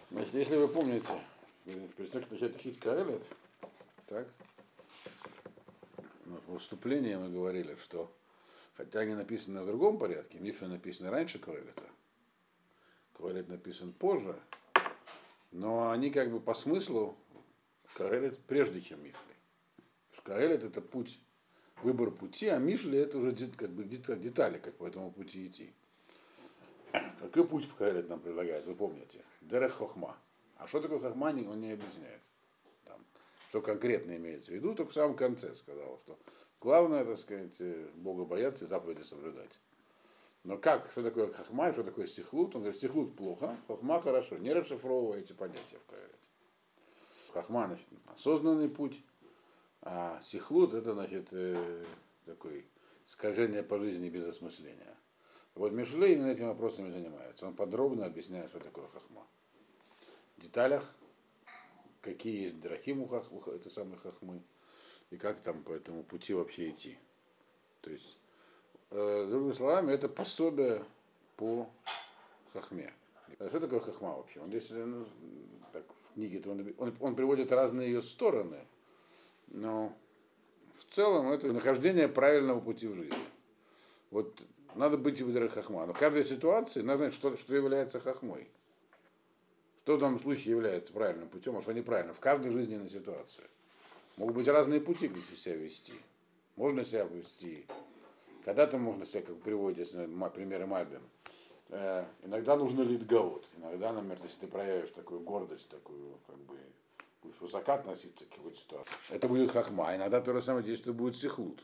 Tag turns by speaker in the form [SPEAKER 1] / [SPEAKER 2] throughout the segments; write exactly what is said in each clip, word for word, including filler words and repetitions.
[SPEAKER 1] Значит, если вы помните, перед тем, как начать учить Каэлет, так, в выступлении мы говорили, что хотя они написаны в другом порядке, Мишна написаны раньше Каэлета, Каэлет написан позже, но они как бы по смыслу Каэлет прежде, чем Мишли. Каэлет это путь, выбор пути, а Мишли это уже как бы детали, как по этому пути идти. Какой путь в Каэлет нам предлагает, вы помните? Дерех хохма. А что такое хохма, он не объясняет. Там, что конкретно имеется в виду, только в самом конце сказал, что главное, так сказать, Бога бояться и заповеди соблюдать. Но как, что такое хохма и что такое сихлут? Он говорит, сихлут плохо, хохма хорошо. Не расшифровывайте понятия в Каэлете. Хохма, значит, осознанный путь, а сихлут это, значит, такой скольжение по жизни без осмысления. Вот Мишлей именно этими вопросами занимается. Он подробно объясняет, что такое хохма. В деталях, какие есть драхим у, хах, у этой самой хохмы, и как там по этому пути вообще идти. То есть, э, другими словами, это пособие по хохме. Что такое хохма вообще? Он здесь, ну, так, в книге он, он, он приводит разные ее стороны, но в целом это нахождение правильного пути в жизни. Вот надо быть в Дерех хохма. Но в каждой ситуации надо знать, что, что является хохмой. Что в данном случае является правильным путем, а что неправильно. В каждой жизненной ситуации. Могут быть разные пути, как себя вести. Можно себя вести. Когда-то можно себя, как приводит, если примеры Мальбим. Э, иногда нужно литгаот. Иногда, например, если ты проявишь такую гордость, такую, как бы, будешь высоко относиться к какой-то ситуации, это будет хохма. А иногда то же самое действие будет сихлут.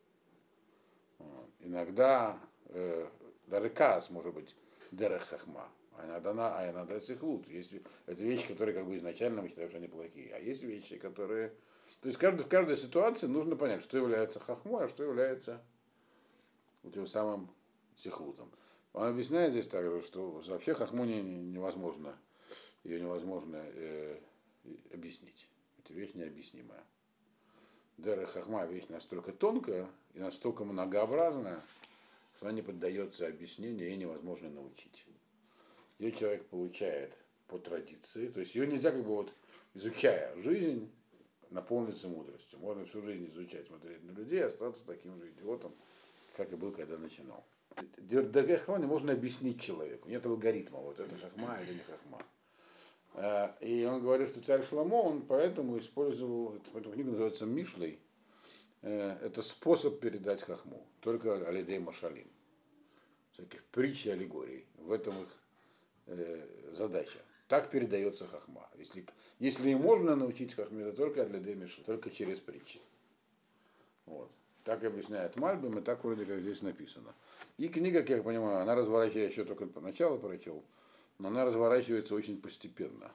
[SPEAKER 1] Иногда э, даже каас может быть дерех хохма, а иногда, а иногда сихлут. Есть, это вещи, которые как бы изначально мы считаем, что они плохие. А есть вещи, которые... То есть каждый, в каждой ситуации нужно понять, что является хохмой, а что является тем самым сихлутом. Он объясняет здесь также, что вообще хохму не, невозможно, ее невозможно э, объяснить. Это вещь необъяснимая. Дерех хохма вещь настолько тонкая и настолько многообразная, что она не поддается объяснению и невозможно научить. Ее человек получает по традиции, то есть ее нельзя как бы вот изучая жизнь, наполниться мудростью. Можно всю жизнь изучать, смотреть на людей и остаться таким же идиотом, как и был, когда начинал. Дерех хохма можно объяснить человеку, нет алгоритма, вот это хохма или не хохма. И он говорит, что царь Шломо, он поэтому использовал, эту книгу называется Мишлей, это способ передать хохму, только алидей машалим, всяких притч и аллегорий, в этом их э, задача. Так передается хохма. Если, если и можно научить хохме, то только алидей мишлей, только через притчи. Вот. Так объясняет Мальбим, и так вроде как здесь написано. И книга, как я понимаю, она разворачивается, я еще только поначалу прочел, но она разворачивается очень постепенно.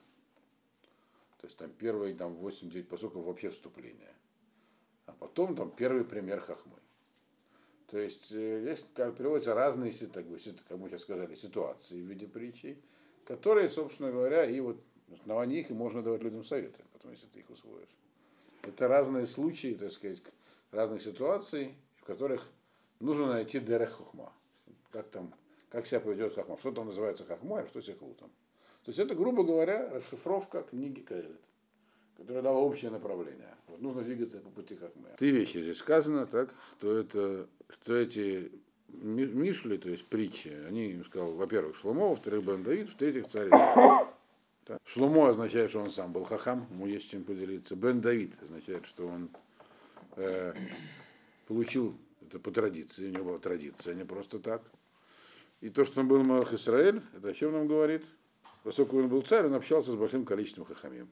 [SPEAKER 1] То есть там первые там, восемь-девять посоков вообще вступление. А потом там первый пример хохмы. То есть здесь приводятся разные, так бы, как мы сейчас сказали, ситуации в виде притчей, которые, собственно говоря, и вот на основании их и можно давать людям советы, потом, если ты их усвоишь. Это разные случаи, так сказать, разных ситуаций, в которых нужно найти дерех хохма. Как там, как себя поведет хохма. Что там называется хохмой, а что сихлутом. То есть это, грубо говоря, расшифровка книги Каэлет, которая дала общее направление. Вот нужно двигаться по пути хохмы. Три вещи здесь сказано, так, что, это, что эти мишли, то есть притчи, они, сказал, во-первых, Шломо, во-вторых, Бен Давид, в-третьих, царь. Так. Шломо означает, что он сам был хахам, ему есть чем поделиться. Бен Давид означает, что он э, получил это по традиции, у него была традиция, не просто так. И то, что он был Малах Исраэль, это о чем нам говорит? Поскольку он был царь, он общался с большим количеством хахамим.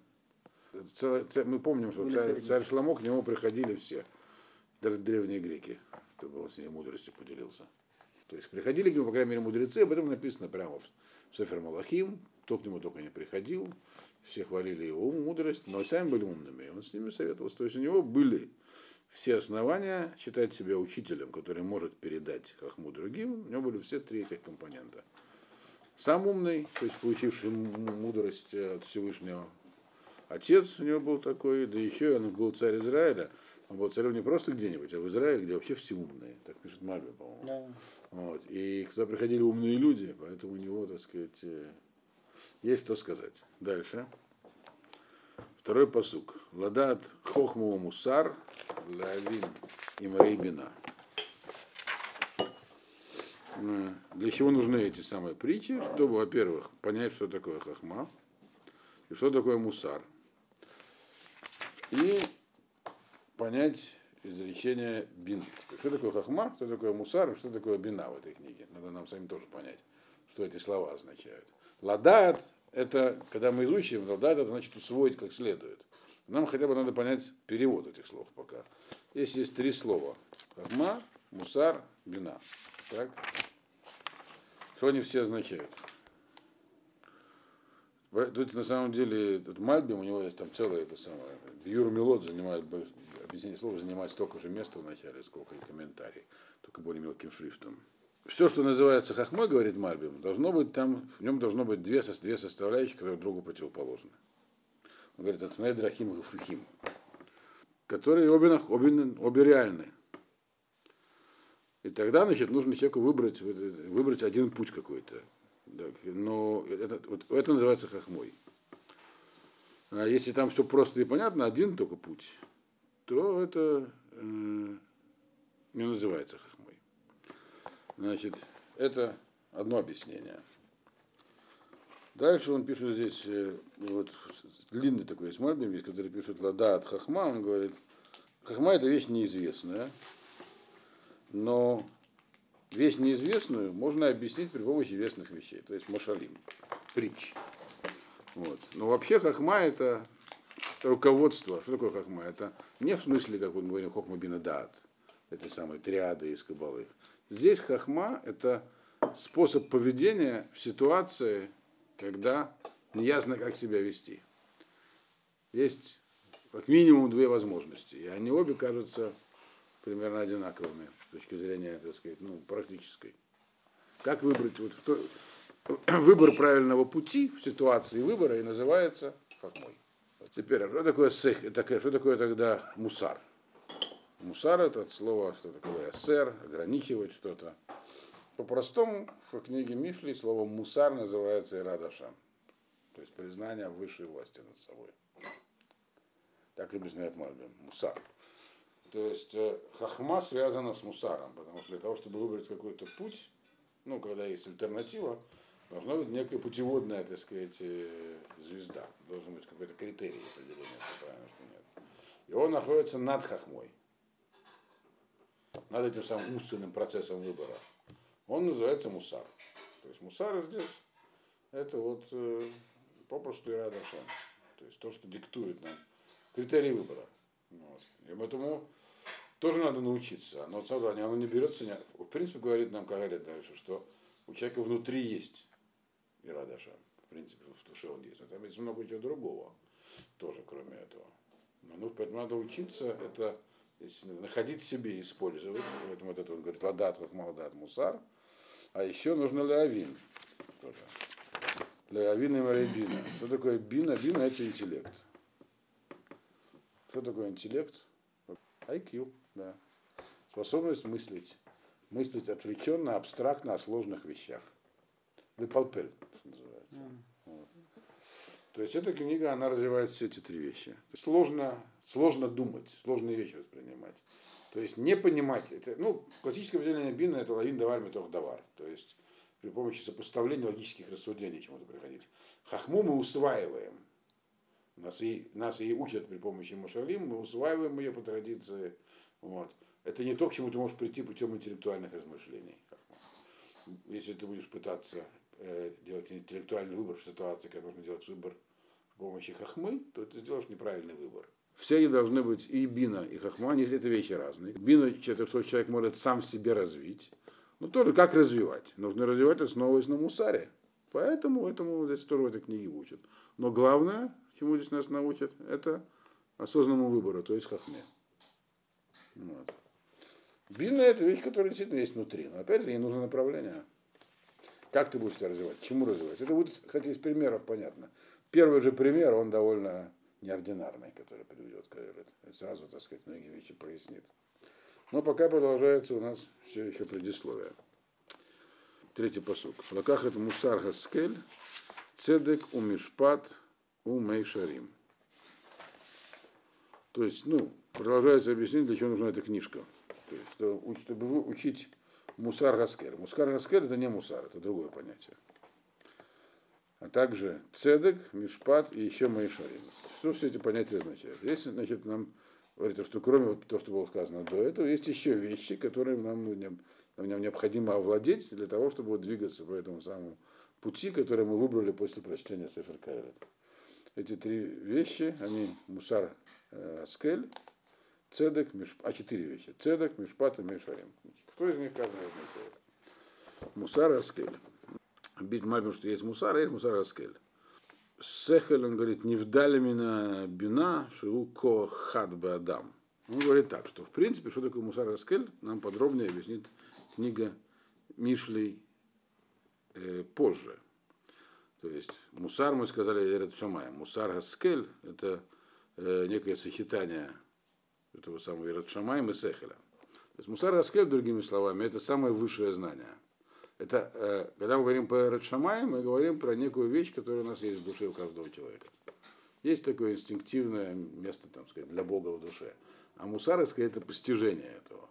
[SPEAKER 1] Мы помним, что царь, царь Шломо, к нему приходили все, даже древние греки, чтобы он с ней мудростью поделился. То есть приходили к нему, по крайней мере, мудрецы, об этом написано прямо в Сефер Малахим, кто к нему только не приходил, все хвалили его мудрость, но сами были умными, и он с ними советовался. То есть у него были все основания считать себя учителем, который может передать хохму другим, у него были все три этих компонента. Сам умный, то есть получивший мудрость от Всевышнего, отец у него был такой, да еще он был царь Израиля. Он был царем не просто где-нибудь, а в Израиле, где вообще все умные. Так пишет Мальбим, по-моему. Да. Вот. И когда приходили умные люди, поэтому у него, так сказать, Есть что сказать. Дальше. Второй пасук. Ладат хохму мусар лавин имрейбина. Для чего нужны эти самые притчи? Чтобы, во-первых, понять, что такое хохма и что такое мусар. И понять изречение бин. Что такое хохма, что такое мусар и что такое бина в этой книге. Надо нам самим тоже понять, что эти слова означают. Ладат — это, когда мы изучим, ладат — это значит усвоить как следует. Нам хотя бы надо понять перевод этих слов пока. Здесь есть три слова. Хохма, мусар, бина. Так? Что они все означают? Тут на самом деле тут Мальбим, у него есть там целое это самое. Юр Мелот занимает, объяснение слова занимает столько же места в начале, сколько и комментарий, только более мелким шрифтом. Все, что называется хохмой, говорит Мальбим, должно быть там, в нем должно быть две, две составляющие, которые другу противоположны. Он говорит, это Снайдрахим и Гуфихим, которые обе, обе, обе реальны. И тогда, значит, нужно человеку выбрать, выбрать один путь какой-то. Но это, вот, это называется хохмой. А если там все просто и понятно, один только путь, то это э, не называется хохмой. Значит, это одно объяснение. Дальше он пишет здесь, э, вот длинный такой есть Мальбим, есть, который пишет ладат хохма, он говорит, хохма это вещь неизвестная, но вещь неизвестную можно объяснить при помощи известных вещей, то есть машалим, притч. Вот. Но вообще хохма это руководство. Что такое хохма? Это не в смысле, как мы говорим, хохма бина даат, этой самой триады из Кабалы. Здесь хохма это способ поведения в ситуации, когда неясно, как себя вести. Есть как минимум две возможности, и они обе кажутся примерно одинаковыми с точки зрения, так сказать, ну, практической. Как выбрать, вот, кто, выбор правильного пути в ситуации выбора и называется хохмой. Вот теперь, а что такое сех, это, что такое тогда мусар? Мусар это от слова, что такое эсер, ограничивать что-то. По-простому в книге Мишли слово мусар называется ирадашам, то есть признание высшей власти над собой. Так объясняет Мальбим, мусар. То есть э, хохма связана с мусаром, потому что для того, чтобы выбрать какой-то путь, ну, когда есть альтернатива, должна быть некая путеводная, так сказать, э, звезда. Должен быть какой-то критерий определения, что правильно, что нет. И он находится над хохмой, над этим самым умственным процессом выбора. Он называется мусар. То есть мусар здесь это вот э, попросту ирадашем. То есть то, что диктует нам критерий выбора. Вот. И поэтому тоже надо научиться. Но оно не берется. Не... В принципе, говорит нам Кагалет дальше, что у человека внутри есть ирадашем. В принципе, в душе он есть. Но там есть много чего другого тоже, кроме этого. Ну, поэтому надо учиться это находить в себе и использовать. Поэтому вот это он говорит, ладат, хохма, ладат, мусар. А еще нужно леавин. Леавин и марейбина. Что такое бина? Бина это интеллект. Что такое интеллект? ай кью, да. Способность мыслить. Мыслить отвлеченно, абстрактно о сложных вещах. Депалпель, что называется. Mm. Вот. То есть эта книга, она развивает все эти три вещи. Сложно, сложно думать, сложные вещи воспринимать. То есть не понимать, это, ну, классическое определение бина это лавин давар метох давар. То есть при помощи сопоставления логических рассуждений чему-то приходить. Хохму мы усваиваем. Нас и, нас и учат при помощи машалим, мы усваиваем ее по традиции. Вот. Это не то, к чему ты можешь прийти путем интеллектуальных размышлений. Если ты будешь пытаться э, делать интеллектуальный выбор в ситуации, когда нужно делать выбор с помощью хохмы, то ты сделаешь неправильный выбор. Все они должны быть и бина, и хохма, они это вещи разные. Бина это что человек может сам в себе развить. Но тоже как развивать? Нужно развивать, основываясь на мусаре. Поэтому этому здесь тоже в этой книге учат. Но главное, чему здесь нас научат, это осознанному выбору, то есть хохме. Вот. Бина это вещь, которая действительно есть внутри. Но опять же, ей нужно направление. Как ты будешь это развивать? Чему развивать? Это будет, кстати, из примеров понятно. Первый же пример, он довольно неординарный, который приведет к Кагалет. Сразу, так сказать, многие вещи прояснит. Но пока продолжается у нас все еще предисловие. Третий пасук. Лаках это мусар хаскель, Цедек у Мишпат у Мейшарим. То есть, ну, продолжается объяснение, для чего нужна эта книжка. То есть, что, чтобы учить мусар гаскель. Мусар гаскель это не мусар, это другое понятие. А также цедек, мишпат и еще Мейшарим. Что все эти понятия означают? Если, значит, нам говорится, что кроме вот того, что было сказано до этого, есть еще вещи, которые нам, нам необходимо овладеть для того, чтобы вот двигаться по этому самому пути, который мы выбрали после прочтения Сефер Каэлет. Эти три вещи, они мусар э, аскель, цедек, мишпат, а четыре вещи. Цедек, мишпат и Мейшарим. Что из них каждый означает? Мусар аскель. Бит мальбим, что есть мусар, а есть мусар аскель. Сехель, он говорит, не вдали меня бина, шиу ко хад бы адам. Он говорит так, что в принципе, что такое мусар аскель, нам подробнее объяснит книга Мишлей э, позже. То есть мусар, мы сказали, Эрет Шамай. Мусар аскель это э, некое сочетание этого самого Эрет Шамай и Сехеля. То есть мусар аскель, другими словами, это самое высшее знание. Это, э, когда мы говорим про Эрет Шамай, мы говорим про некую вещь, которая у нас есть в душе у каждого человека. Есть такое инстинктивное место, там, сказать, для Бога в душе. А мусар, сказать, это постижение этого.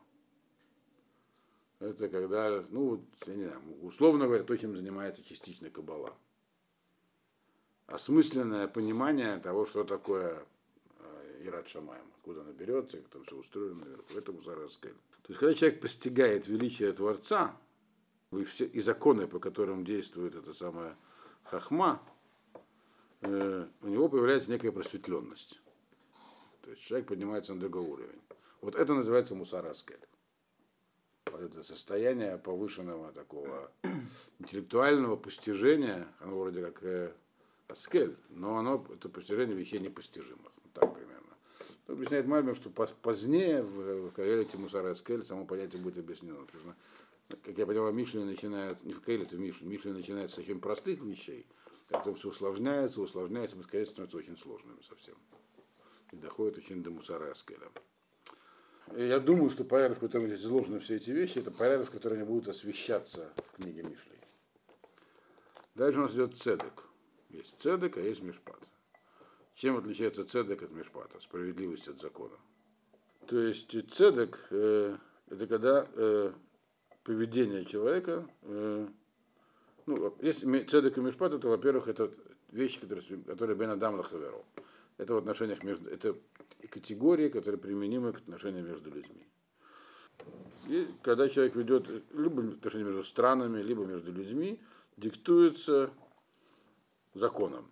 [SPEAKER 1] Это когда, ну, я не знаю, условно говоря, то, чем занимается частично Каббала. Осмысленное понимание того, что такое Ират Шамаем, откуда она берется, как там все устроено наверху. Это мусар аскель. То есть, когда человек постигает величие Творца, и, все, и законы, по которым действует эта самая хахма, э, у него появляется некая просветленность. То есть человек поднимается на другой уровень. Вот это называется мусар аскель. Вот это состояние повышенного такого интеллектуального постижения, оно вроде как э, аскель, но оно это постижение вещей непостижимых. Вот так примерно. То объясняет Мальбим, что позднее в, в Каэлете мусар аскель само понятие будет объяснено. Потому что, как я понимаю, Мишли начинают, не в Каэлете, в Мишли, Мишли начинает с очень простых вещей, как-то все усложняется, усложняется, бесконечно становится очень сложными совсем. И доходит очень до мусара аскеля. И я думаю, что порядок, в котором здесь изложены все эти вещи, это порядок, в котором они будут освещаться в книге Мишли. Дальше у нас идет цедек. Есть цедек, а есть мишпат. Чем отличается цедек от мишпата? Справедливость от закона. То есть цедек э, это когда э, поведение человека, э, ну, если цедек и мишпат, это, во-первых, это вещи, которые, которые бен адам лахаверо. Это в отношениях между, это категории, которые применимы к отношениям между людьми. И когда человек ведет либо отношения между странами, либо между людьми, диктуется законом.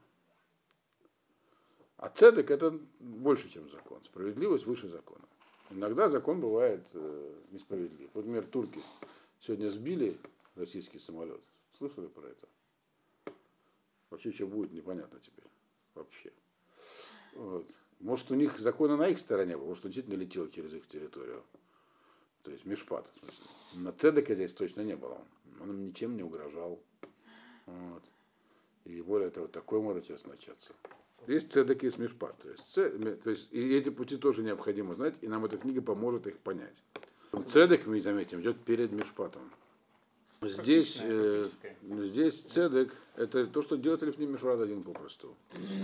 [SPEAKER 1] А цедек это больше, чем закон. Справедливость выше закона. Иногда закон бывает э, несправедлив. Вот, например, турки сегодня сбили российский самолет. Слышали про это? Вообще, что будет, непонятно теперь. Вообще. Вот. Может, у них закона на их стороне был, может, он действительно летел через их территорию. То есть мишпат. На цедека здесь точно не было. Он им ничем не угрожал. Вот. И более того, такое может сейчас начаться. Есть цедек и есть мишпат. То есть, цед, то есть и эти пути тоже необходимо знать, и нам эта книга поможет их понять. Цедек, мы заметим, идет перед мишпатом. Здесь, э, здесь цедек это то, что делает Лифним Мишурат один попросту.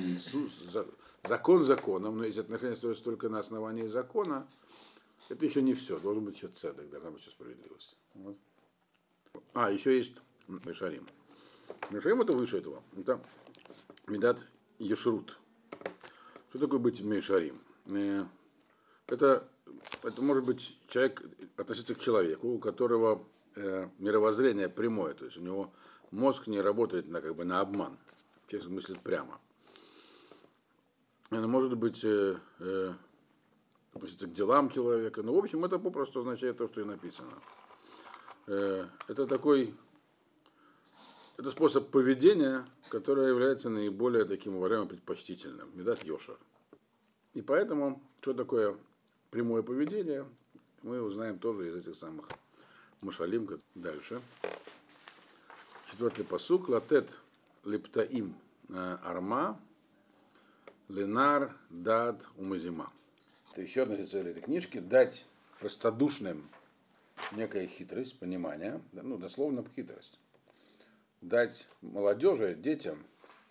[SPEAKER 1] Закон законом, но если отношения строятся только на основании закона, это еще не все. Должен быть еще цедек, должна быть еще справедливость. Вот. А, еще есть Мишарим. Мишарим это выше этого. Это Медат Ешрут. Что такое быть Мишарим? Это, это может быть человек, относиться к человеку, у которого мировоззрение прямое, то есть у него мозг не работает на, как бы, на обман, человек мыслит прямо. Это может быть э, э, относиться к делам человека, но в общем это попросту означает то, что и написано. Э, это такой, это способ поведения, который является наиболее таким уважаемым, предпочтительным, медат йошер. И поэтому, что такое прямое поведение, мы узнаем тоже из этих самых Мушалим, как дальше. Четвертый пасук. Латет лептаим арма ленар дад умазима. Это еще одна цель этой книжки. Дать простодушным некая хитрость, понимание, ну, дословно хитрость. Дать молодежи, детям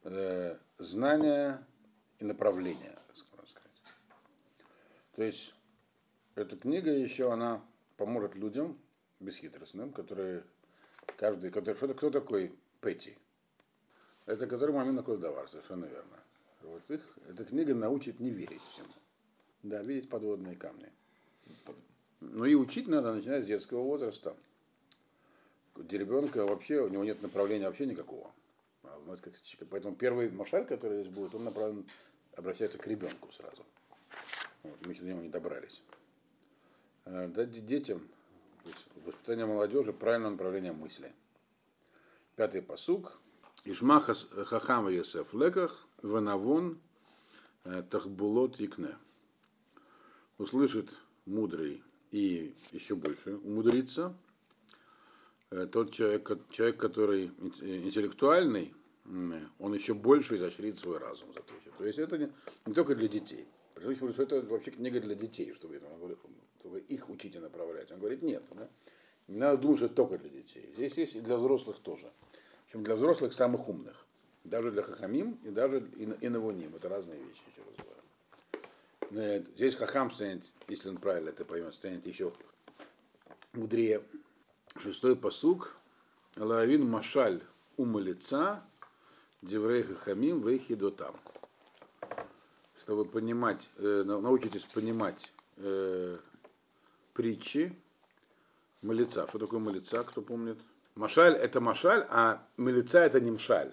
[SPEAKER 1] э, знания и направления, так сказать. То есть эта книга еще, она поможет людям бесхитростным, которые каждый, который, что, кто такой Петти? Это который момент Кулдавар, совершенно верно. Вот их, эта книга научит не верить всему. Да, видеть подводные камни. Ну и учить надо начинать с детского возраста. Где ребенка вообще, у него нет направления вообще никакого. Поэтому первый машаль, который здесь будет, он направлен, обращается к ребенку сразу. Вот, мы еще до него не добрались. Дать детям, воспитание молодежи, правильное направление мысли. Пятый пасук. Ишма хахам Йосеф леках ванавон тахбулот якне. Услышит мудрый и еще больше умудрится. Тот человек, человек, который интеллектуальный, он еще больше изощрит свой разум. То есть это не, не только для детей. Что это вообще книга для детей, чтобы, чтобы их учить и направлять. Он говорит, нет, да? Не надо думать, что это только для детей. Здесь есть и для взрослых тоже. Причем для взрослых самых умных. Даже для хахамим и даже и навоним. Это разные вещи, еще раз говорю. Здесь хахам станет, если он правильно это поймет, станет еще мудрее. Шестой пасук. Лавин машаль ума лица деврей хахамим вейхидотам. Чтобы понимать, э, научитесь понимать э, притчи малица. Что такое малица, кто помнит? Машаль это машаль, а малица это не мшаль.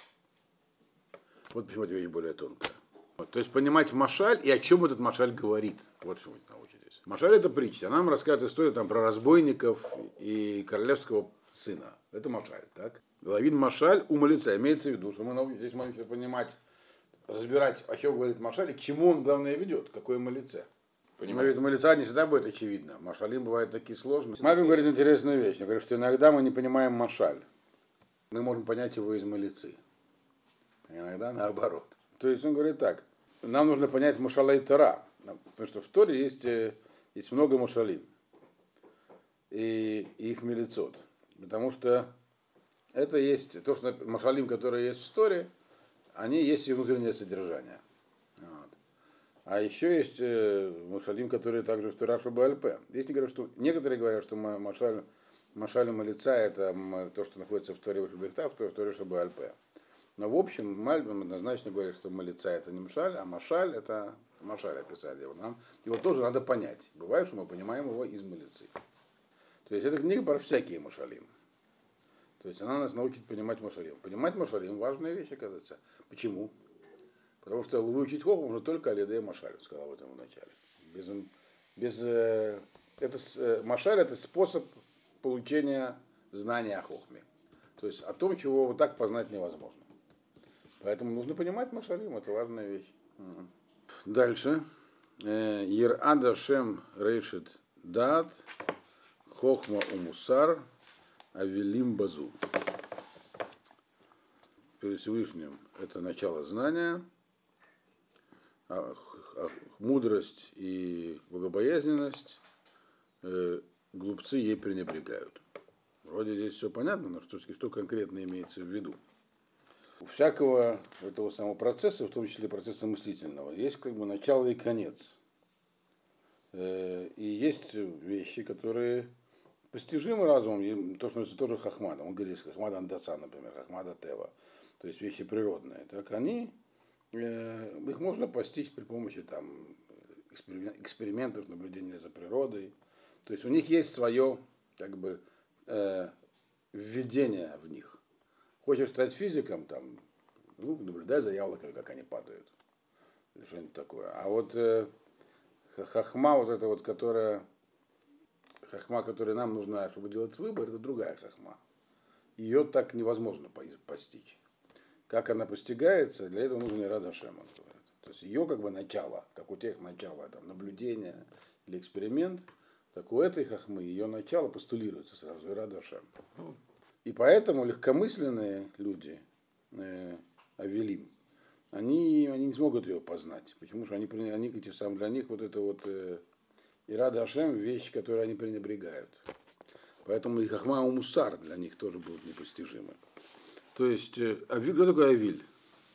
[SPEAKER 1] Вот почему эта вещь более тонкая. Вот, то есть понимать машаль и о чем этот машаль говорит. Вот что вы научитесь. Машаль это притча. Она нам рассказывает историю там, про разбойников и королевского сына. Это машаль, так? Лавин машаль у малица. Имеется в виду, что мы научитесь здесь можем понимать, разбирать, о чем говорит машаль и к чему он, главное, ведет, какое малице. Понимаете, малица не всегда будет очевидно. Машалим бывают такие сложные. Мабин говорит интересную вещь. Он говорит, что иногда мы не понимаем машаль. Мы можем понять его из малицы. Иногда наоборот. То есть он говорит так. Нам нужно понять машала и тара. Потому что в Торе есть, есть много машалим. И, и их мелицот. Потому что это есть, то, что машалим, которые есть в Торе, они есть и внутреннее содержание. А еще есть э, машалим, которые также в Турашу Баальпе. Здесь не говорят, что некоторые говорят, что машаль, машаль малица это то, что находится в Торе Бехтав, в Торе Баальпе. Но в общем, Мальбим однозначно говорит, что малица это не машаль, а машаль это машаль описали его. Нам его тоже надо понять. Бывает, что мы понимаем его из малицы. То есть эта книга про всякие машалим. То есть она нас научит понимать машалим. Понимать машалим важная вещь, оказывается. Почему? Потому что выучить хоху можно только алидея машаль, сказал в этом в начале. Без, без, э, это, э, машаль это способ получения знания о хохме. То есть о том, чего вот так познать невозможно. Поэтому нужно понимать машалим, это важная вещь. Угу. Дальше. Ерада шем рейшит дат хохма умусар авелим базу. Перед Всевышним это начало знания. А, а, мудрость и богобоязненность э, глупцы ей пренебрегают. Вроде здесь все понятно, но что, что конкретно имеется в виду? У всякого этого самого процесса, в том числе процесса мыслительного, есть как бы начало и конец. Э, и есть вещи, которые постижимы разумом, и то, что это тоже хахмадом. Он говорит, хахмад андаса, например, хахмада тева, то есть вещи природные. Так они их можно постичь при помощи там, экспериментов, наблюдения за природой. То есть у них есть свое как бы, э, введение в них. Хочешь стать физиком, там, ну, наблюдай за яблоками, как они падают. Или что-нибудь такое. А вот э, хахма, вот эта вот, которая, хахма, которая нам нужна, чтобы делать выбор, это другая хахма. Ее так невозможно постичь. Как она постигается, для этого нужен Ирад Ашем, он говорит. То есть ее как бы начало, как у тех начало, там, наблюдение или эксперимент, так у этой хахмы ее начало постулируется сразу, Ирад Ашем. И поэтому легкомысленные люди, э, Авелим, они, они не смогут ее познать. Почему же они, они эти, сам для них вот это вот э, Ирад Ашем вещь, которую они пренебрегают. Поэтому и хахма и мусар для них тоже будут непостижимы. То есть, авиль, что такое авиль?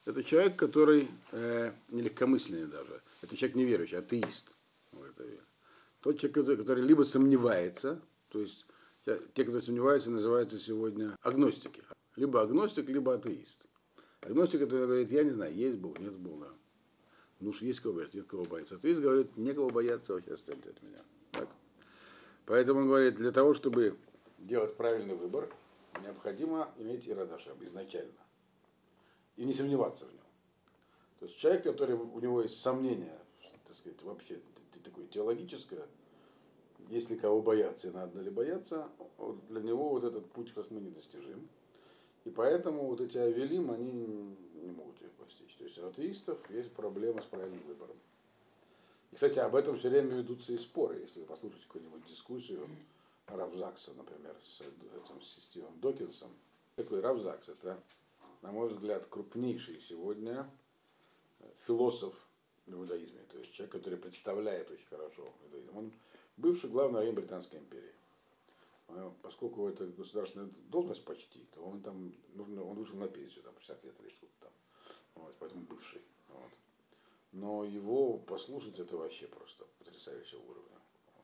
[SPEAKER 1] это человек, который э, нелегкомысленный даже. Это человек неверующий, атеист. в этой вере. Тот человек, который, который либо сомневается, то есть те, которые сомневаются, называются сегодня агностики. Либо агностик, либо атеист. Агностик, который говорит, я не знаю, есть Бог, нет Бога. Ну уж есть кого бояться, нет кого бояться. Атеист говорит, некого бояться, вообще останьте от меня. Так? Поэтому он говорит, для того, чтобы делать правильный выбор, необходимо иметь Ирадашем изначально. И не сомневаться в нем. То есть человек, который у него есть сомнения, так сказать, вообще такое теологическое, если кого бояться и надо ли бояться, для него вот этот путь как мы недостижим. И поэтому вот эти авелим, они не могут их постичь. То есть у атеистов есть проблема с правильным выбором. И, кстати, об этом все время ведутся и споры. Если вы послушаете какую-нибудь дискуссию Рав Закса, например, с, этим, с Стивом Докинсом. Такой Рав Закс, это, на мой взгляд, крупнейший сегодня философ в иудаизме. То есть человек, который представляет очень хорошо иудаизм. Он бывший главный раввин Британской империи. Поскольку это государственная должность почти, то он там нужно, он вышел на пенсию, там шестьдесят лет или что-то там. Вот, поэтому бывший. Вот. Но его послушать это вообще просто потрясающего уровня.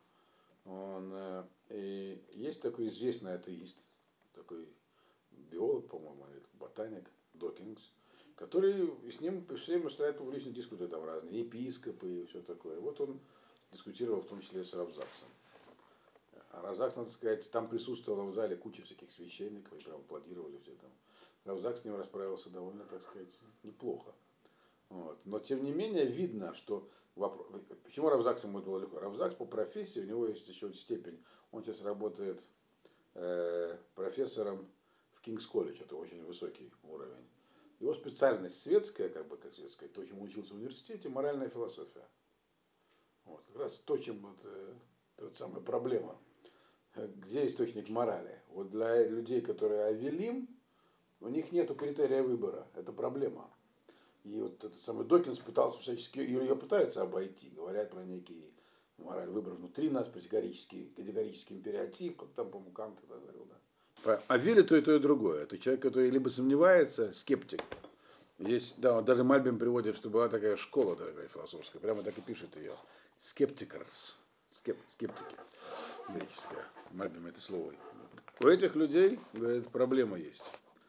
[SPEAKER 1] Он, э, и есть такой известный атеист, такой биолог, по-моему, или ботаник, Докинс, который и с ним все время устраивает публичные дискуссии, там разные епископы и все такое. Вот он дискутировал в том числе с Рав Заксом. А Рав Закс, надо сказать, там присутствовала в зале куча всяких священников, и прям аплодировали все там. Рав Закс с ним расправился довольно, так сказать, неплохо. Вот. Но тем не менее видно, что вопрос... почему Рав Закс ему это было легко? Рав Закс по профессии, у него есть еще степень, он сейчас работает э, профессором в Кингс колледж, это очень высокий уровень. Его специальность светская, как бы как светская, то, чему учился в университете, моральная философия. Вот. Как раз то, чем вот, э, вот самая проблема. Где источник морали? Вот для людей, которые авелим, у них нет критерия выбора. Это проблема. И вот этот самый Докинс пытался всячески, ее пытаются обойти, говорят про некий мораль выбора внутри нас, категорический, категорический империатив, как там, по-моему, Кант это говорил, да. А верит то и то и другое. Это человек, который либо сомневается, скептик. Есть, да, даже Мальбим приводит, что была такая школа, дорогая, философская, прямо так и пишет ее. Скептикерс. Скеп, скептики. Греческое. Мальбим это слово. У этих людей, говорит, проблема есть.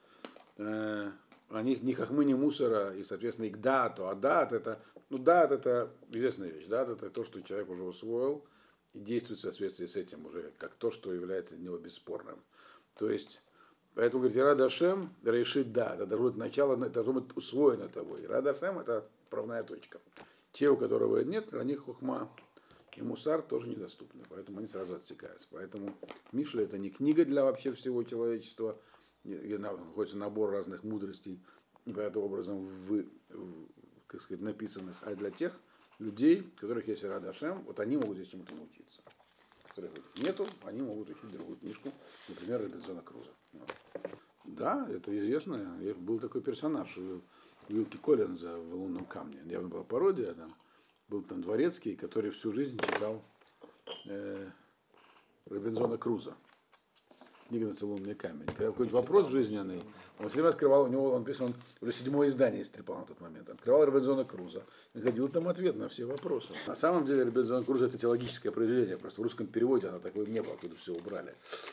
[SPEAKER 1] Они ни хахмы, ни мусора, и, соответственно, их дату. А дат это, ну, дат это известная вещь. Дат это то, что человек уже усвоил и действует в соответствии с этим уже, как то, что является для него бесспорным. То есть, поэтому, говорит, Ирад Ашем решит да, это должно быть начало, это должно быть усвоено тобой. Ирад Ашем это отправная точка. Те, у которого нет, для них хухма и мусар тоже недоступны, поэтому они сразу отсекаются. Поэтому Мишля это не книга для вообще всего человечества, где находится набор разных мудростей, непонятным образом в, в, как сказать, написанных, а для тех людей, у которых есть Ирад Ашем, вот они могут здесь чему-то научиться. Которых нету, они могут учить другую книжку, например, Робинзона Круза. Да, это известно. Был такой персонаж у Уилки Коллинза в «Лунном камне». Явно была пародия. Там был там дворецкий, который всю жизнь читал э, Робинзона Круза. Книга на «Лунный камень». Когда какой-нибудь вопрос жизненный, он всегда открывал, у него он писал, он уже седьмое издание истрепал на тот момент. Открывал Робинзона Круза. Находил там ответ на все вопросы. На самом деле Робинзон Крузо это теологическое произведение. Просто в русском переводе оно такое не было, оттуда все убрали.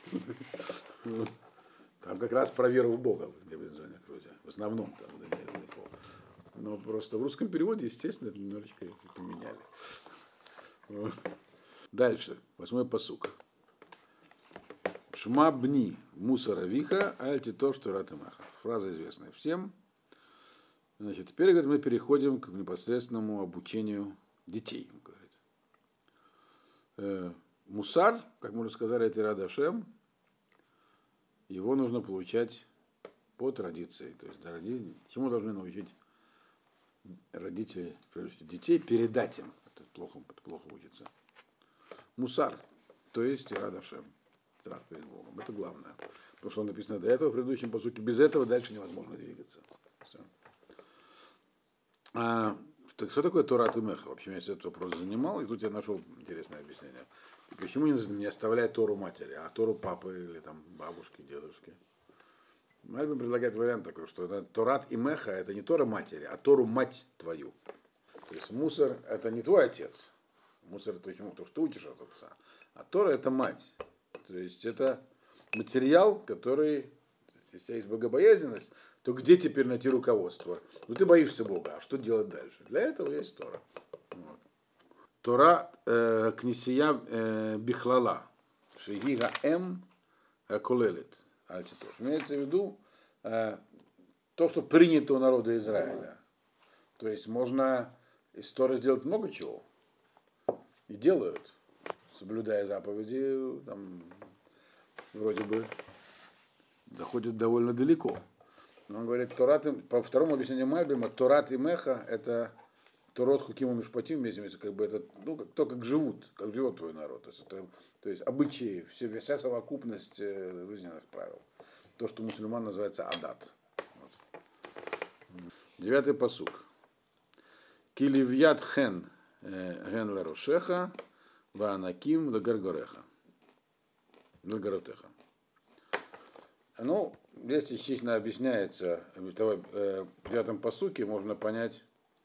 [SPEAKER 1] Там как раз про веру в Бога в Робинзоне Крузе. В основном там. Но просто в русском переводе, естественно, это немножечко поменяли. Вот. Дальше. Восьмой пасук. Шма бни мусора виха, альти то, что ратымаха. Фраза известная всем. Значит, теперь, говорит, мы переходим к непосредственному обучению детей. Говорит. Э, мусар, как мы уже сказали, это Ирад Ашем. Его нужно получать по традиции. То есть, родители, чему должны научить родители, прежде всего, детей, передать им. Это плохо, это плохо учится. Мусар, то есть Ирад Ашем. Страх перед Богом. Это главное. Потому что он написано до этого в предыдущем посуке. Без этого дальше невозможно двигаться. Все. А, что, что такое Торат и Меха? Вообще меня этот вопрос занимал, и тут я нашел интересное объяснение. Почему не, не оставлять Тору матери, а Тору папы или там бабушки, дедушки? Мальбим предлагает вариант такой, что это Торат и Меха это не Тора матери, а Тору мать твою. То есть мусор это не твой отец. Мусор это то, что ты учишь от отца. А Тора это мать. То есть это материал, который, если у тебя есть богобоязненность, то где теперь найти руководство? Ну ты боишься Бога, а что делать дальше? Для этого есть Тора. Вот. Тора э, книсия э, бихлала. Шигига М. Колелит. Альтитош. Имеется в виду э, то, что принято у народа Израиля. То есть можно из Торы сделать много чего. И делают, соблюдая заповеди, там, вроде бы доходят довольно далеко. Но он говорит, Торат, по второму объяснению Мальбима, Торат и Меха это Торот Хукиму Мишпатим, вместе, как бы это, ну, как, то, как живут, как живет твой народ. То есть, это, то есть обычаи, все, вся совокупность э, жизненных правил. То, что у мусульман называется адат. Вот. Девятый пасук. Киливьят хен ген ларошеха ваанаким лагаргореха. Лагаротеха. Ну, здесь частично объясняется, в девятом пасуке можно понять,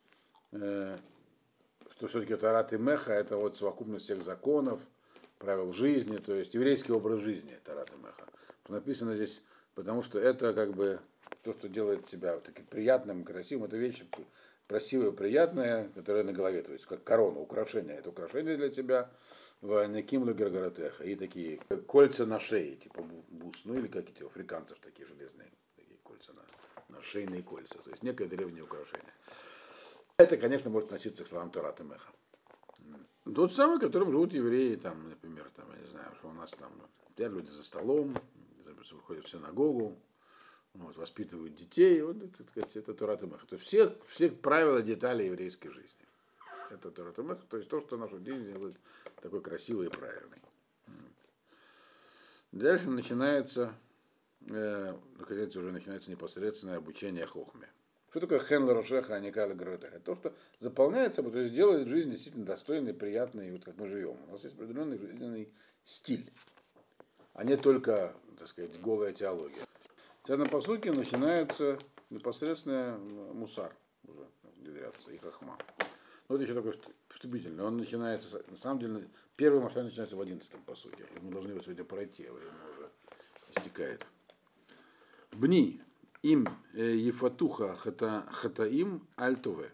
[SPEAKER 1] что все-таки Торат и Меха это вот совокупность всех законов, правил жизни, то есть еврейский образ жизни Торат и Меха. Написано здесь, потому что это как бы то, что делает тебя вот таким приятным, красивым, это вещь красивая, приятная, которая на голове, то есть как корона, украшение, это украшение для тебя, в Некимле Гаргаратеха, и такие кольца на шее, типа бус, ну или как эти африканцев такие железные, такие кольца на, на шейные кольца, то есть некое древнее украшение. Это, конечно, может относиться к словам Торат и Меха. Тот самый, в котором живут евреи, там, например, там, я не знаю, что у нас там, те люди за столом, выходят в синагогу, вот, воспитывают детей, вот, это, это, это Торат и Меха. То есть все, все правила, детали еврейской жизни. Это Торат и Меха, то есть то, что нашу жизнь делает такой красивой и правильной. Дальше начинается, э, наконец уже начинается непосредственное обучение хохме. Что такое хен ларошеха, а не кала гротеха? Это то, что заполняет собой, то есть делает жизнь действительно достойной, приятной, вот как мы живем. У нас есть определенный жизненный стиль, а не только, так сказать, голая теология. Сейчас на посылке начинается непосредственно мусар, уже внедряться, и хахма. Но это еще такой вступительный. Он начинается, на самом деле, первый мусар начинается в одиннадцатом посылке. Мы должны его сегодня пройти, а время уже истекает. Бни. Им ефатуха хатаим альтове.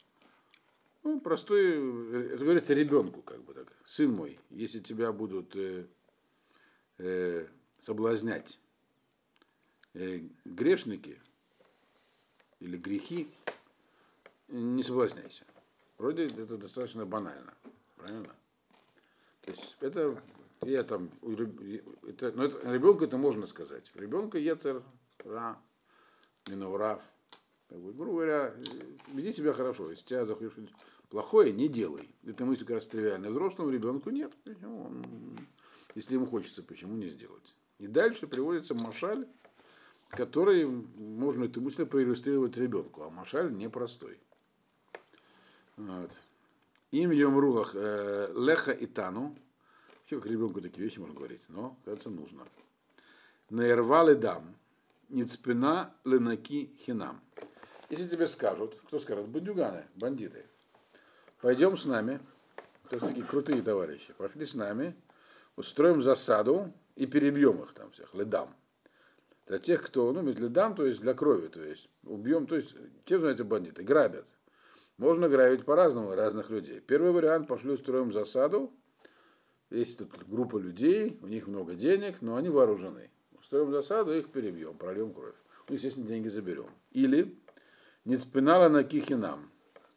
[SPEAKER 1] Ну, простой, это говорится ребенку, как бы так. Сын мой, если тебя будут э, э, соблазнять э, грешники или грехи, не соблазняйся. Вроде это достаточно банально, правильно? То есть это я там, это, но это, ребенку это можно сказать. Ребенка ецер ра. Минаурав. Грубо говоря, веди себя хорошо. Если тебя захочешь плохое, не делай. Это мысль как раз тривиальная. Взрослому ребенку нет. Почему? Если ему хочется, почему не сделать? И дальше приводится машаль, который можно эту мысль проиллюстрировать ребенку. А машаль непростой. Вот. Им йомрулах э, леха и тану. Все как ребенку такие вещи можно говорить, но, кажется, нужно. Наервал и дам. Ницпина ленаки хинам. Если тебе скажут, кто скажет, бандюганы, бандиты, пойдем с нами, то есть такие крутые товарищи, пошли с нами, устроим засаду и перебьем их там всех, ледам. Для тех, кто, ну, ледам, то есть для крови, то есть убьем, то есть, чем знаете, бандиты, грабят. Можно грабить по-разному разных людей. Первый вариант, пошли устроим засаду, есть тут группа людей, у них много денег, но они вооружены. Устроим засаду, их перебьем, прольем кровь. Ну, естественно, деньги заберем. Или не спинала на кихинам.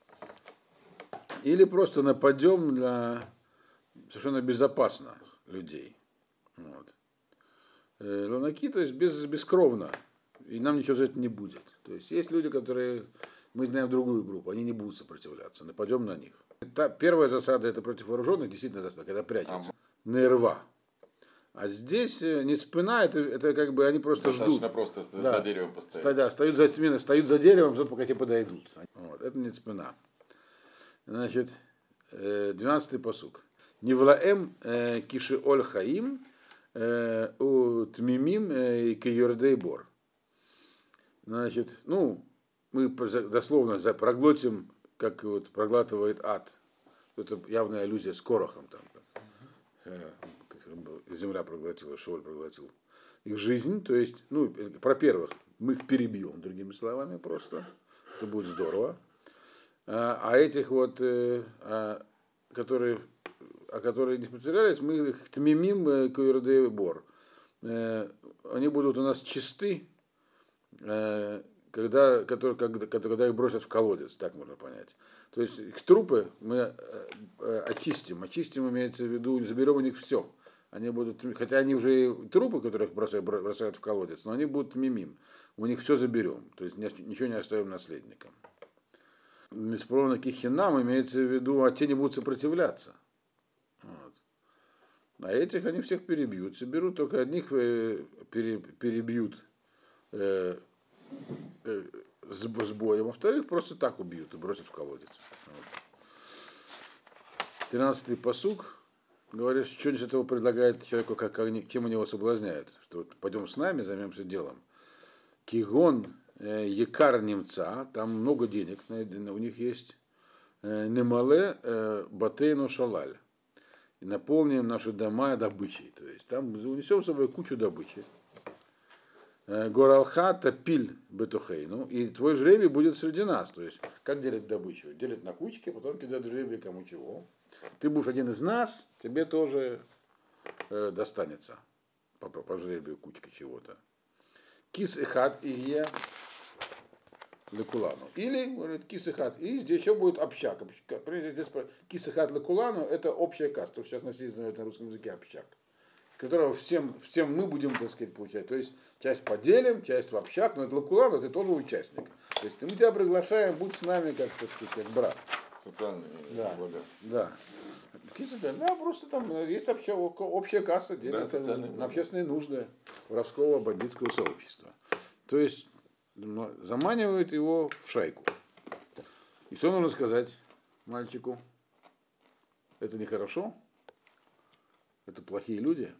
[SPEAKER 1] Или просто нападем на совершенно безопасных людей. Вот. Лунаки, то есть без, бескровно. И нам ничего за это не будет. То есть есть люди, которые, мы знаем другую группу, они не будут сопротивляться. Нападем на них. Это, первая засада это против вооруженных, действительно засада, когда прячутся. Нерва. А здесь не спина, это, это как бы они просто
[SPEAKER 2] достаточно
[SPEAKER 1] ждут.
[SPEAKER 2] Просто за,
[SPEAKER 1] да.
[SPEAKER 2] за деревом постоять.
[SPEAKER 1] Да, стоят за, именно, стоят за деревом, ждут, пока те подойдут. Вот, это не спина. Значит, двенадцатый пасук. Невлаэм киши оль хаим у тмимим и киюрдей бор. Значит, ну, мы дословно проглотим, как вот проглатывает ад. Это явная аллюзия с Корохом там. Земля проглотила, Шоль проглотил их жизнь. То есть, ну, про первых мы их перебьем, другими словами, просто. Это будет здорово. А, а этих вот, э, а, которые, а которые не потерялись, мы их тмимим куирдей бор. Э, они будут у нас чисты, э, когда, которые, когда, когда их бросят в колодец, так можно понять. То есть их трупы мы э, очистим. Очистим имеется в виду, заберем у них все. Они будут, хотя они уже трупы, которых бросают, бросают в колодец, но они будут мимим. У них все заберем. То есть ничего не оставим наследникам. Бесспорно, кихинам имеется в виду, а те не будут сопротивляться. Вот. А этих они всех перебьют. Соберут, только одних перебьют э, э, с, с боем, а вторых просто так убьют и бросят в колодец. Вот. Тринадцатый пасук говорит, что из этого предлагает человеку, как, как, чем они его соблазняют. Что вот пойдем с нами, займемся делом. Кигон Якар немца, там много денег, у них есть немале батейну шалаль. И наполним наши дома добычей. То есть там унесем с собой кучу добычи. Горалхата пиль бетухейну. И твой жребий будет среди нас. То есть, как делят добычу? Делят на кучки, потом кидают жребий кому чего. Ты будешь один из нас, тебе тоже э, достанется по, по жребию кучки чего-то. Кис и хат и е лекулану. Или, говорит, кис и хат. И здесь еще будет общак. Здесь кис и хат лекулану это общая каста. Сейчас написано на русском языке общак. Которого всем, всем мы будем, так сказать, получать. То есть часть поделим, часть в общак, но это лекулану, ты тоже участник. То есть мы тебя приглашаем, будь с нами, как, так сказать, как брат.
[SPEAKER 2] Социальные
[SPEAKER 1] да,
[SPEAKER 2] блага.
[SPEAKER 1] Да. Да, просто там есть общая, общая касса, денег да, на общественные нужды воровского бандитского сообщества. То есть заманивают его в шайку. И что нужно сказать мальчику? Это нехорошо? Это плохие люди?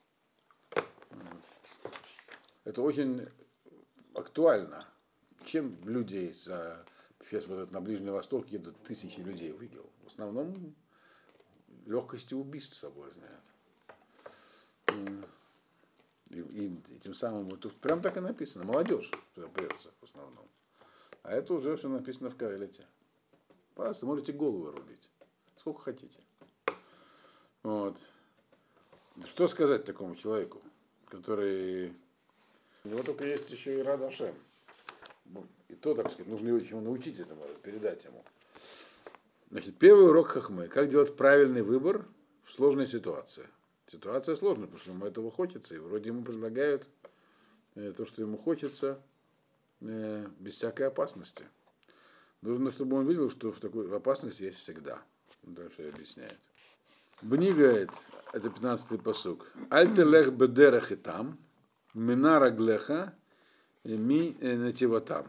[SPEAKER 1] Это очень актуально. Чем людей за... Сейчас вот на Ближний Восток едут тысячи людей в ИГИЛ. В основном легкостью убийств соблазняют. И, и, и тем самым, вот, прям так и написано, молодежь туда прется в основном. А это уже все написано в Каэлите. Пожалуйста, можете голову рубить. Сколько хотите. Вот. Что сказать такому человеку, который... У него только есть еще и Рад Ашем. И то, так сказать, нужно его научить этому, передать ему. Значит, первый урок хахмы. Как делать правильный выбор в сложной ситуации. Ситуация сложная, потому что ему этого хочется. И вроде ему предлагают э, то, что ему хочется, э, без всякой опасности. Нужно, чтобы он видел, что в такой опасности есть всегда. Дальше объясняет. Бни говорит, это пятнадцатый пасук. Альтелех бедерах и там, минара глеха, ми нативатам.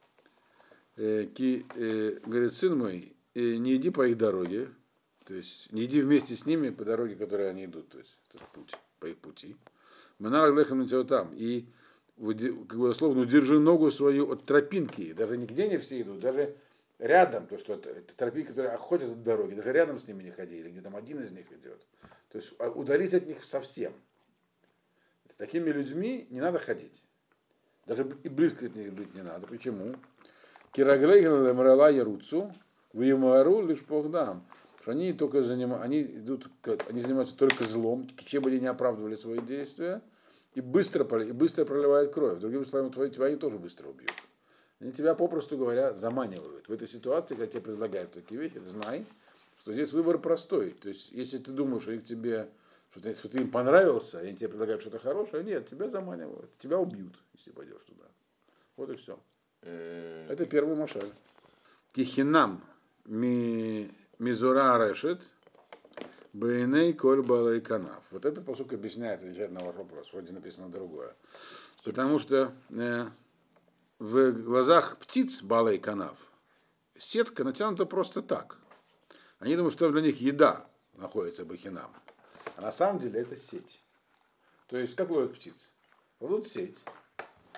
[SPEAKER 1] Говорит, сын мой, не иди по их дороге, то есть не иди вместе с ними по дороге, по которой они идут, то есть этот путь, по их пути. Минара глеха нативатам. И как бы условно удержи ногу свою от тропинки, даже нигде не все идут, даже рядом, то что это, это тропинки, которые ходят от дороги, даже рядом с ними не ходи, или где там один из них идет. То есть удались от них совсем. Такими людьми не надо ходить. Даже и близко от них быть не надо. Почему? Кираглейган мрала яруцу, вымару лишь погдам. Потому что они только занимаются, они идут, они занимаются только злом, чем бы они не оправдывали свои действия, и быстро, и быстро проливают кровь. Другими словами, твои, твои тоже быстро убьют. Они тебя, попросту говоря, заманивают. В этой ситуации, когда тебе предлагают такие вещи, знай, что здесь выбор простой. То есть, если ты думаешь, что их тебе, что ты, что ты им понравился, и они тебе предлагают что-то хорошее, нет, тебя заманивают. Тебя убьют, если пойдешь туда. Вот и все. Это первый машаль. Тихинам ми, мизура решет бейней коль балай канав. Вот этот посук объясняет, отвечает на ваш вопрос. Вроде написано другое. Потому что э, в глазах птиц балай канав сетка натянута просто так. Они думают, что для них еда находится бахинам. А на самом деле это сеть. То есть, как ловят птиц? Кладут сеть.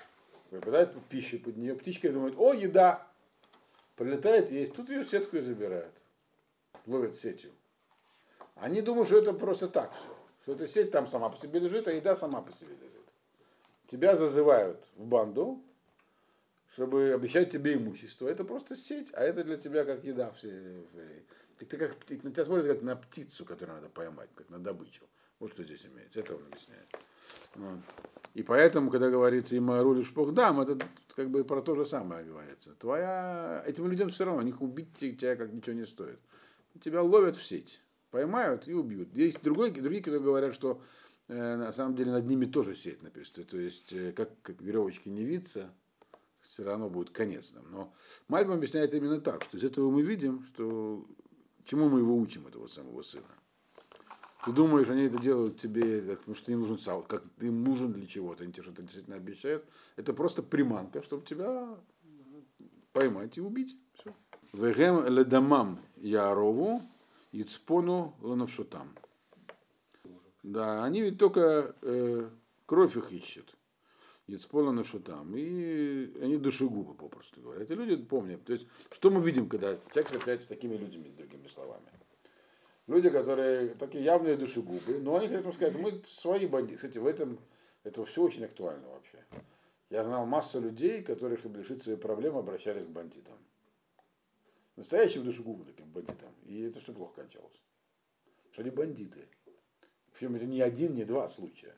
[SPEAKER 1] Выпадает пища под нее, птичка думает, о, еда! Прилетает есть, тут ее сетку и забирают. Ловят сетью. Они думают, что это просто так все. Что эта сеть там сама по себе лежит, а еда сама по себе лежит. Тебя зазывают в банду, чтобы обещать тебе имущество. Это просто сеть, а это для тебя как еда. Все. Ты как, на тебя смотрят как на птицу, которую надо поймать, как на добычу. Вот что здесь имеется. Это он объясняет. Вот. И поэтому, когда говорится им рулишь пухдам, это как бы про то же самое говорится. Твоя... Этим людям все равно, у них убить тебя как ничего не стоит. Тебя ловят в сеть, поймают и убьют. Есть другой, другие, которые говорят, что э, на самом деле над ними тоже сеть написано. То есть, э, как, как веревочки не виться, все равно будет конец нам. Но Мальбим объясняет именно так, что из этого мы видим, что чему мы его учим, этого самого сына. Ты думаешь, они это делают тебе, потому что им нужен, как им нужен для чего-то, они тебе что-то действительно обещают. Это просто приманка, чтобы тебя поймать и убить. Все. Вегем ледамам ярову ицпону ланавшутам. Да, они ведь только э, кровь их ищут. Ицпону ланавшутам. И они душегубы, попросту говоря. Эти люди помнят. То есть, что мы видим, когда человек встречается с такими людьми, другими словами. Люди, которые такие явные душегубы, но они хотят сказать, мы свои бандиты. Кстати, в этом это все очень актуально вообще. Я знал массу людей, которые, чтобы решить свои проблемы, обращались к бандитам. Настоящим душегубам, таким бандитам. И это все плохо кончалось. Что они бандиты. Причем это не один, не два случая.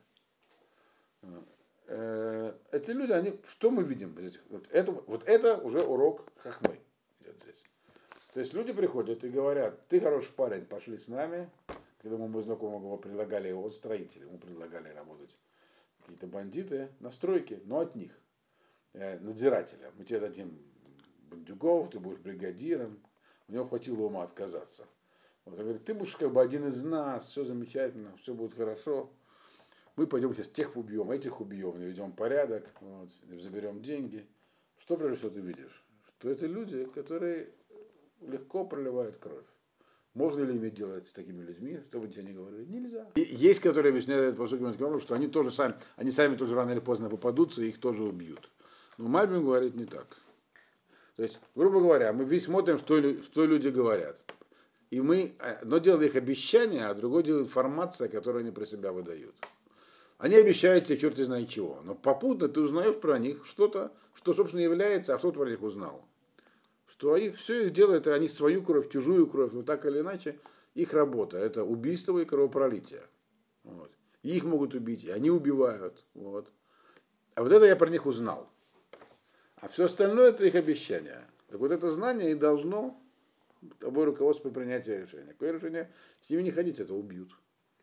[SPEAKER 1] Эти люди, они, что мы видим? Вот это, вот это уже урок хахмы идет здесь. То есть люди приходят и говорят, ты хороший парень, пошли с нами. Когда мы знакомого предлагали, его строители, ему предлагали работать какие-то бандиты на стройке, но от них, надзирателя. Мы тебе дадим бандюгов, ты будешь бригадиром. У него хватило ума отказаться. Вот, он говорит, ты будешь как бы один из нас, все замечательно, все будет хорошо. Мы пойдем сейчас тех убьем, этих убьем, наведем порядок, вот, заберем деньги. Что прежде всего ты видишь? Что это люди, которые легко проливают кровь. Можно ли иметь дело с такими людьми, чтобы тебе не говорили? Нельзя. И есть, которые объясняют это по сути, что они тоже сами, они сами тоже рано или поздно попадутся и их тоже убьют. Но Мальбим говорит не так. То есть, грубо говоря, мы весь смотрим, что, что люди говорят. И мы, одно дело их обещания, а другое дело информация, которую они про себя выдают. Они обещают тебе черт не знает чего, но попутно ты узнаешь про них что-то, что, собственно, является, а что ты про них узнал. Что они все их делают, они свою кровь, чужую кровь, но так или иначе, их работа, это убийство и кровопролитие. Вот. И их могут убить, и они убивают. Вот. А вот это я про них узнал. А все остальное это их обещание. Так вот это знание и должно тобой руководство при принятии решения. Какое решение? С ними не ходить, это убьют.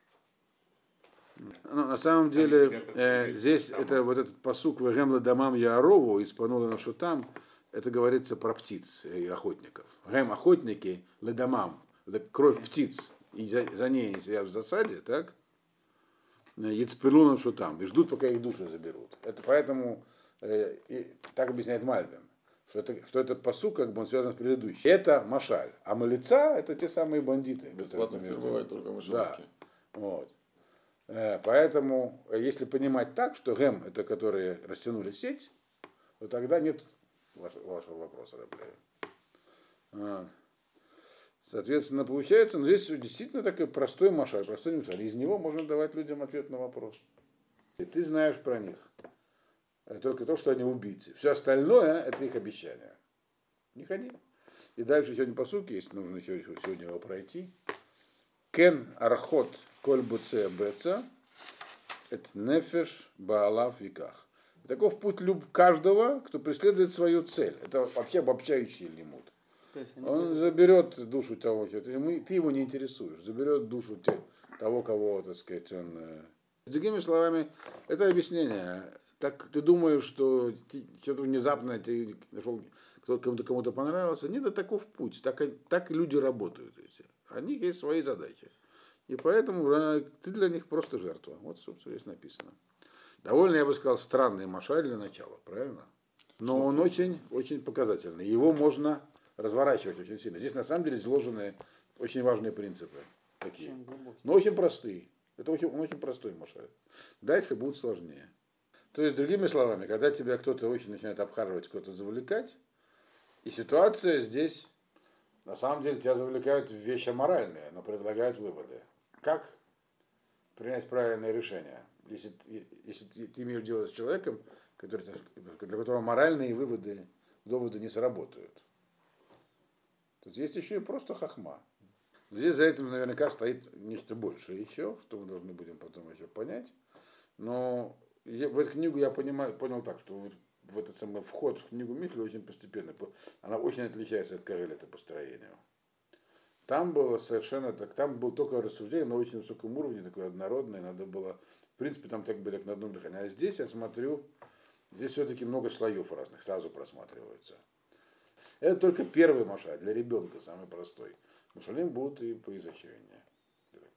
[SPEAKER 1] Но на самом деле, э, здесь это вот этот пасук «Вегем ладамам яарову» из «Панула на шутам», это говорится про птиц и охотников. Гем охотники ледамам, кровь птиц, и за, за ней они сидят в засаде, так? Яцпелу на шутам, и ждут, пока их души заберут. Это поэтому, э, и, так объясняет Мальбим, что, это, что этот пасук, как бы он связан с предыдущим. Это машаль, а малица это те самые бандиты.
[SPEAKER 2] Бесплатно сервировать только мышеловки.
[SPEAKER 1] Да. Вот. Поэтому, если понимать так, что гем это которые растянули сеть, то тогда нет вашего, вашего вопроса, Рабляев. Соответственно, получается, но здесь действительно такой простой машаль, простой машаль. Из него можно давать людям ответ на вопрос. И ты знаешь про них. Только то, что они убийцы. Все остальное это их обещание. Не ходи. И дальше сегодня по сути есть, нужно еще сегодня его пройти. Кен архот коль буце беца, это нефеш баалав виках. Таков путь люб каждого, кто преследует свою цель. Это вообще обобщающий лимут. Он заберет душу того, ты его не интересуешь, заберет душу того, кого, так сказать, он... Другими словами, это объяснение. Так ты думаешь, что что-то внезапно ты нашел, кому-то кому-то понравился. Нет, это таков путь. Так, так люди работают. Эти. У них есть свои задачи. И поэтому ты для них просто жертва. Вот, собственно, здесь написано. Довольно, я бы сказал, странный машаль для начала, правильно? Но он очень, очень показательный. Его можно разворачивать очень сильно. Здесь на самом деле изложены очень важные принципы. Такие. Но очень простые. Это очень, он очень простой машаль. Дальше будет сложнее. То есть, другими словами, когда тебя кто-то очень начинает обхаживать, кто-то завлекать, и ситуация здесь, на самом деле, тебя завлекают в вещи аморальные, но предлагают выводы. Как принять правильное решение, если, если ты имеешь дело с человеком, который, для которого моральные выводы, доводы не сработают. Тут есть еще и просто хахма. Здесь за этим наверняка стоит нечто большее еще, что мы должны будем потом еще понять. Но я, в эту книгу я понимаю, понял так, что в, в этот самый вход в книгу Михля очень постепенно. Она очень отличается от Кагелета по строению. Там было совершенно так, там был только рассуждение на очень высоком уровне, такое однородное, надо было, в принципе, там так бы так на одном дыхании. А здесь я смотрю, здесь все-таки много слоев разных, сразу просматриваются. Это только первый машаль для ребенка, самый простой. Машалим будут и поизощрения.